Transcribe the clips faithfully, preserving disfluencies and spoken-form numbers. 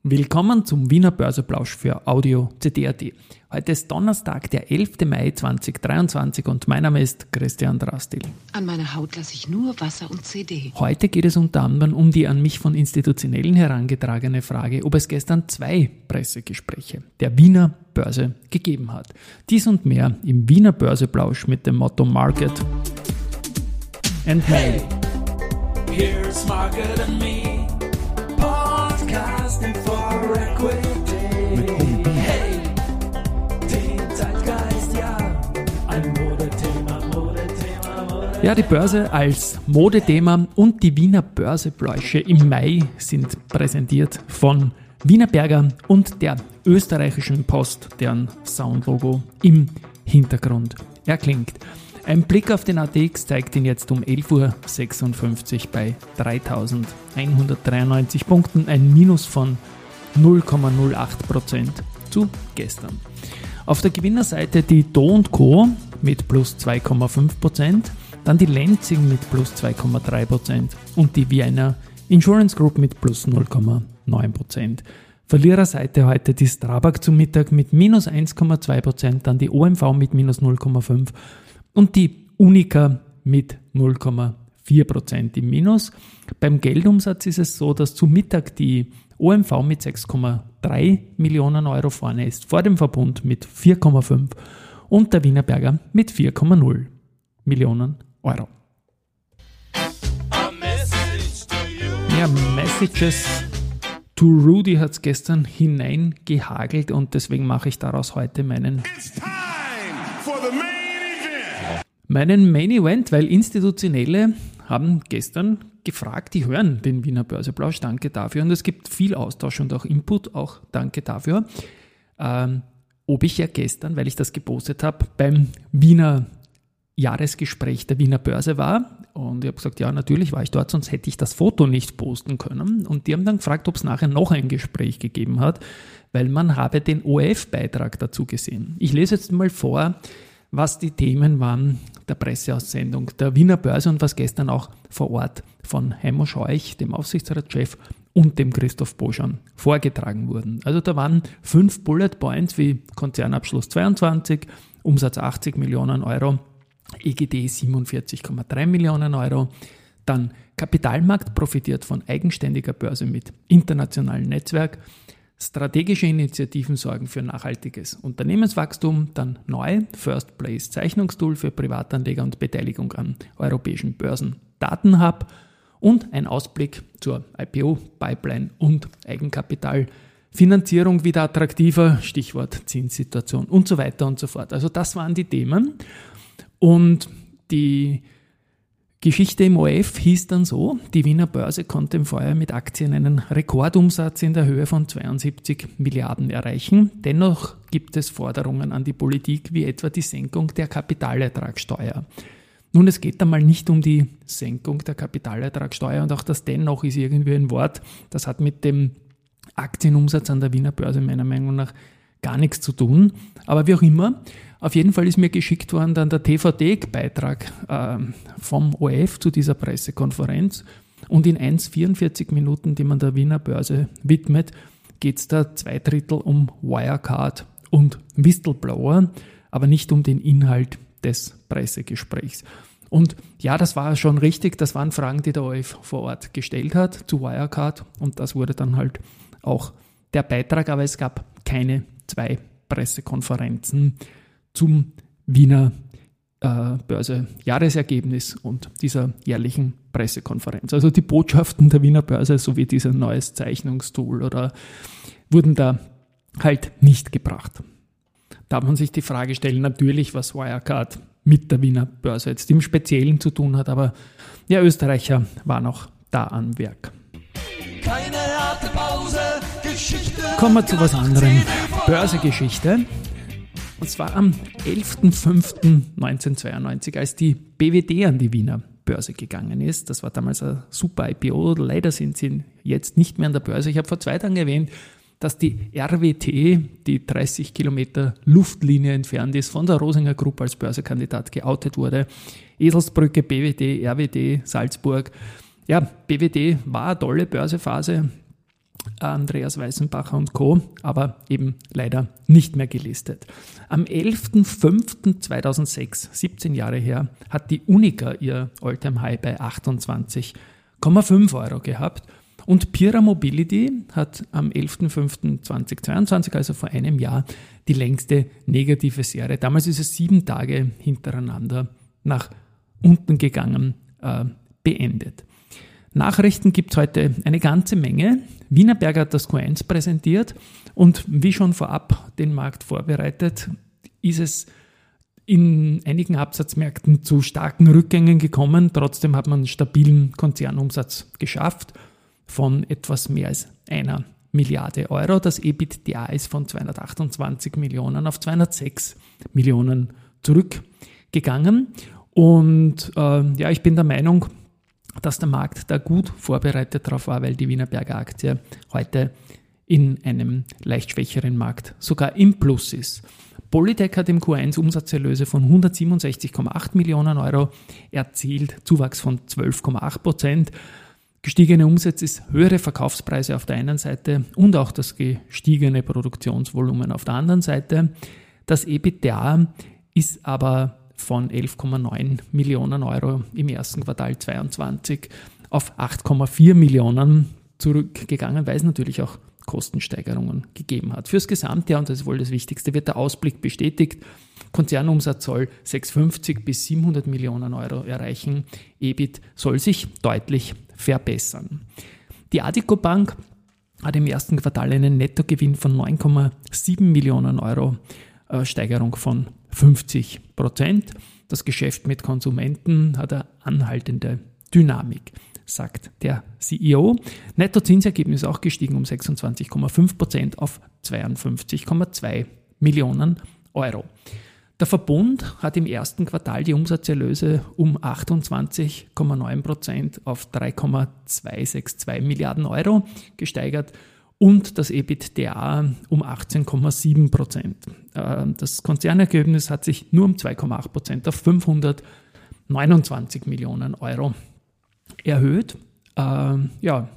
Willkommen zum Wiener Börseplausch für Audio C D Punkt A T. Heute ist Donnerstag, der elfter Mai zweitausenddreiundzwanzig und mein Name ist Christian Drastil. An meiner Haut lasse ich nur Wasser und C D. Heute geht es unter anderem um die an mich von Institutionellen herangetragene Frage, ob es gestern zwei Pressegespräche der Wiener Börse gegeben hat. Dies und mehr im Wiener Börseplausch mit dem Motto Market and Me. Here's Market and Me, podcasting for equity. Hey, den Zeitgeist, ja, ein Modethema, Modethema, Modethema. Ja, die Börse als Modethema und die Wiener Börsepläusche im Mai sind präsentiert von Wienerberger und der österreichischen Post, deren Soundlogo im Hintergrund erklingt. Ein Blick auf den A T X zeigt ihn jetzt um elf Uhr sechsundfünfzig bei dreitausendeinhundertdreiundneunzig Punkten, ein Minus von null Komma null acht Prozent zu gestern. Auf der Gewinnerseite die Do und Co. mit plus zwei Komma fünf Prozent, dann die Lenzing mit plus zwei Komma drei Prozent und die Vienna Insurance Group mit plus null Komma neun Prozent. Verliererseite heute die Strabag zum Mittag mit minus eins Komma zwei Prozent, dann die O M V mit minus null Komma fünf Prozent und die Unica mit null Komma vier Prozent im Minus. Beim Geldumsatz ist es so, dass zu Mittag die O M V mit sechs Komma drei Millionen Euro vorne ist, vor dem Verbund mit vier Komma fünf und der Wienerberger mit vier Komma null Millionen Euro. Ja, Messages to Rudy hat es gestern hineingehagelt und deswegen mache ich daraus heute meinen meinen Main Event, weil Institutionelle haben gestern gefragt, die hören den Wiener Börseplausch, danke dafür, und es gibt viel Austausch und auch Input, auch danke dafür, ähm, ob ich ja gestern, weil ich das gepostet habe, beim Wiener Jahresgespräch der Wiener Börse war, und ich habe gesagt, ja, natürlich war ich dort, sonst hätte ich das Foto nicht posten können, und die haben dann gefragt, ob es nachher noch ein Gespräch gegeben hat, weil man habe den O R F-Beitrag dazu gesehen. Ich lese jetzt mal vor, was die Themen waren der Presseaussendung der Wiener Börse und was gestern auch vor Ort von Heimo Scheuch, dem Aufsichtsratschef, und dem Christoph Boschan vorgetragen wurden. Also da waren fünf Bullet Points wie Konzernabschluss zweiundzwanzig, Umsatz achtzig Millionen Euro, E G D siebenundvierzig Komma drei Millionen Euro, dann Kapitalmarkt profitiert von eigenständiger Börse mit internationalem Netzwerk, strategische Initiativen sorgen für nachhaltiges Unternehmenswachstum, dann neu First Place Zeichnungstool für Privatanleger und Beteiligung an europäischen Börsen Datenhub und ein Ausblick zur I P O-Pipeline und Eigenkapitalfinanzierung wieder attraktiver, Stichwort Zinssituation und so weiter und so fort. Also das waren die Themen und die Geschichte im O R F hieß dann so, die Wiener Börse konnte im Vorjahr mit Aktien einen Rekordumsatz in der Höhe von zweiundsiebzig Milliarden erreichen. Dennoch gibt es Forderungen an die Politik, wie etwa die Senkung der Kapitalertragssteuer. Nun, es geht einmal nicht um die Senkung der Kapitalertragssteuer und auch das Dennoch ist irgendwie ein Wort, das hat mit dem Aktienumsatz an der Wiener Börse meiner Meinung nach gar nichts zu tun. Aber wie auch immer, auf jeden Fall ist mir geschickt worden dann der T V D-Beitrag äh, vom O R F zu dieser Pressekonferenz und in eins Komma vierundvierzig Minuten, die man der Wiener Börse widmet, geht es da zwei Drittel um Wirecard und Whistleblower, aber nicht um den Inhalt des Pressegesprächs. Und ja, das war schon richtig, das waren Fragen, die der O R F vor Ort gestellt hat zu Wirecard und das wurde dann halt auch der Beitrag, aber es gab keine zwei Pressekonferenzen zum Wiener äh, Börse-Jahresergebnis und dieser jährlichen Pressekonferenz. Also die Botschaften der Wiener Börse sowie dieser neues Zeichnungstool oder wurden da halt nicht gebracht. Da man sich die Frage stellen, natürlich, was Wirecard mit der Wiener Börse jetzt im Speziellen zu tun hat, aber ja, Österreicher war noch da am Werk. Keine harte Pause, Geschichte. Kommen wir zu was anderem. Börsegeschichte. Und zwar am elfter fünfter neunzehnhundertzweiundneunzig, als die B W D an die Wiener Börse gegangen ist. Das war damals ein super I P O. Leider sind sie jetzt nicht mehr an der Börse. Ich habe vor zwei Tagen erwähnt, dass die R W T, die dreißig Kilometer Luftlinie entfernt ist, von der Rosinger Group als Börsekandidat geoutet wurde. Eselsbrücke, B W D, R W D, Salzburg. Ja, B W D war eine tolle Börsephase. Andreas Weißenbacher und Co., aber eben leider nicht mehr gelistet. Am elften fünften zweitausendsechs, siebzehn Jahre her, hat die Unica ihr All-Time-High bei achtundzwanzig Komma fünf Euro gehabt und Pira Mobility hat am elften fünften zweitausendzweiundzwanzig, also vor einem Jahr, die längste negative Serie. Damals ist es sieben Tage hintereinander nach unten gegangen, äh, beendet. Nachrichten gibt es heute eine ganze Menge. Wienerberger hat das Q eins präsentiert und wie schon vorab den Markt vorbereitet, ist es in einigen Absatzmärkten zu starken Rückgängen gekommen. Trotzdem hat man einen stabilen Konzernumsatz geschafft von etwas mehr als einer Milliarde Euro. Das EBITDA ist von zweihundertachtundzwanzig Millionen auf zweihundertsechs Millionen zurückgegangen. Und äh, ja, ich bin der Meinung, dass der Markt da gut vorbereitet darauf war, weil die Wienerberger Aktie heute in einem leicht schwächeren Markt sogar im Plus ist. Polytec hat im Q eins Umsatzerlöse von hundertsiebenundsechzig Komma acht Millionen Euro erzielt, Zuwachs von zwölf Komma acht Prozent. Gestiegene Umsätze ist höhere Verkaufspreise auf der einen Seite und auch das gestiegene Produktionsvolumen auf der anderen Seite. Das EBITDA ist aber von elf Komma neun Millionen Euro im ersten Quartal zweiundzwanzig auf acht Komma vier Millionen zurückgegangen, weil es natürlich auch Kostensteigerungen gegeben hat. Fürs Gesamtjahr, und das ist wohl das Wichtigste, wird der Ausblick bestätigt. Konzernumsatz soll sechshundertfünfzig bis siebenhundert Millionen Euro erreichen. E B I T soll sich deutlich verbessern. Die Addiko Bank hat im ersten Quartal einen Nettogewinn von neun Komma sieben Millionen Euro, äh, Steigerung von fünfzig Prozent. Das Geschäft mit Konsumenten hat eine anhaltende Dynamik, sagt der C E O. Nettozinsergebnis auch gestiegen um sechsundzwanzig Komma fünf Prozent auf zweiundfünfzig Komma zwei Millionen Euro. Der Verbund hat im ersten Quartal die Umsatzerlöse um achtundzwanzig Komma neun Prozent auf drei Komma zweihundertzweiundsechzig Milliarden Euro gesteigert und das EBITDA um achtzehn Komma sieben Prozent. Das Konzernergebnis hat sich nur um zwei Komma acht Prozent auf fünfhundertneunundzwanzig Millionen Euro erhöht. Ja,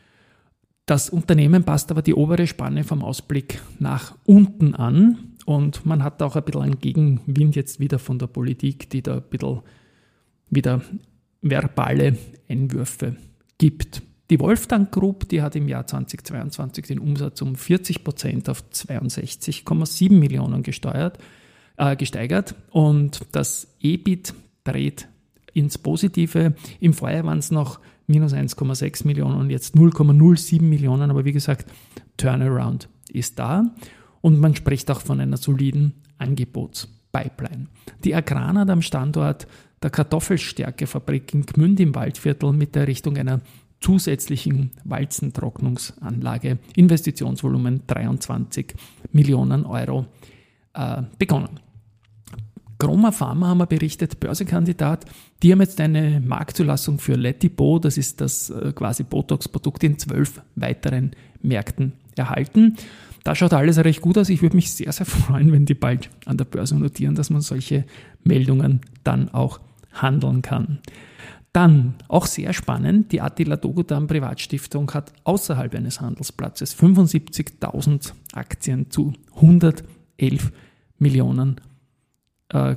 das Unternehmen passt aber die obere Spanne vom Ausblick nach unten an. Und man hat auch ein bisschen einen Gegenwind jetzt wieder von der Politik, die da ein bisschen wieder verbale Einwürfe gibt. Die Wolfgang Group, die hat im Jahr zweitausendzweiundzwanzig den Umsatz um vierzig Prozent auf zweiundsechzig Komma sieben Millionen gesteuert, äh, gesteigert und das E B I T dreht ins Positive. Im Vorjahr waren es noch minus eins Komma sechs Millionen und jetzt null Komma null sieben Millionen, aber wie gesagt, Turnaround ist da. Und man spricht auch von einer soliden Angebotspipeline. Die Agran hat am Standort der Kartoffelstärkefabrik in Gmünd im Waldviertel mit der Errichtung einer zusätzlichen Walzentrocknungsanlage, Investitionsvolumen dreiundzwanzig Millionen Euro, äh, begonnen. Chroma Pharma haben wir berichtet, Börsekandidat. Die haben jetzt eine Marktzulassung für Letibo, das ist das äh, quasi Botox-Produkt, in zwölf weiteren Märkten erhalten. Da schaut alles recht gut aus. Ich würde mich sehr, sehr freuen, wenn die bald an der Börse notieren, dass man solche Meldungen dann auch handeln kann. Dann, auch sehr spannend, die Attila Dogudan Privatstiftung hat außerhalb eines Handelsplatzes fünfundsiebzigtausend Aktien zu hundertelf Millionen, äh,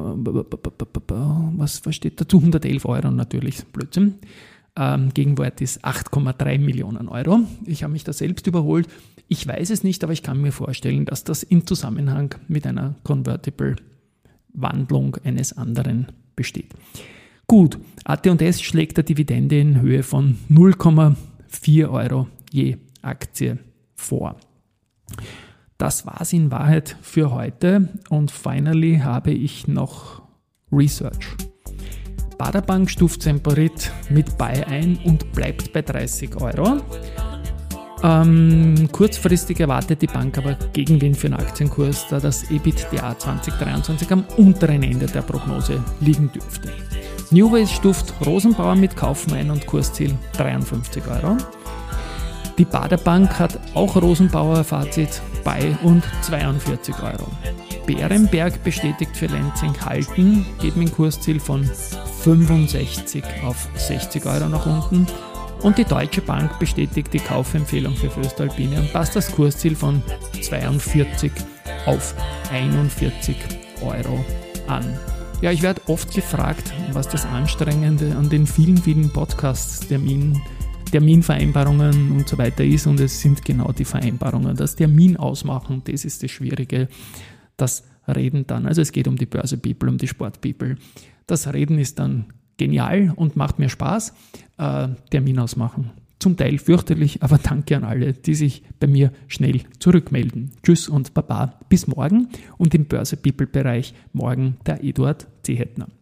was, was steht da, zu hundertelf Euro natürlich, Blödsinn. Ähm, Gegenwert ist acht Komma drei Millionen Euro. Ich habe mich da selbst überholt. Ich weiß es nicht, aber ich kann mir vorstellen, dass das im Zusammenhang mit einer Convertible-Wandlung eines anderen besteht. Gut, A T und S schlägt der Dividende in Höhe von null Komma vier Euro je Aktie vor. Das war es in Wahrheit für heute und finally habe ich noch Research. Baderbank stuft sein Parit mit Buy ein und bleibt bei dreißig Euro. Ähm, kurzfristig erwartet die Bank aber Gegenwind für den Aktienkurs, da das EBITDA zwanzig dreiundzwanzig am unteren Ende der Prognose liegen dürfte. Newways stuft Rosenbauer mit Kaufen ein und Kursziel dreiundfünfzig Euro. Die Baderbank hat auch Rosenbauer Fazit bei und zweiundvierzig Euro. Bärenberg bestätigt für Lenzing halten, geben ein Kursziel von fünfundsechzig auf sechzig Euro nach unten Und die Deutsche Bank bestätigt die Kaufempfehlung für Voestalpine und passt das Kursziel von zweiundvierzig auf einundvierzig Euro an. Ja, ich werde oft gefragt, was das Anstrengende an den vielen, vielen Podcasts, Termin, Terminvereinbarungen und so weiter ist. Und es sind genau die Vereinbarungen. Das Termin ausmachen, das ist das Schwierige. Das Reden dann, also es geht um die Börse-People, um die Sport-People. Das Reden ist dann genial und macht mir Spaß. Äh, Termin ausmachen. Zum Teil fürchterlich, aber danke an alle, die sich bei mir schnell zurückmelden. Tschüss und Baba, bis morgen und im Börse-People-Bereich morgen der Eduard C. Hettner.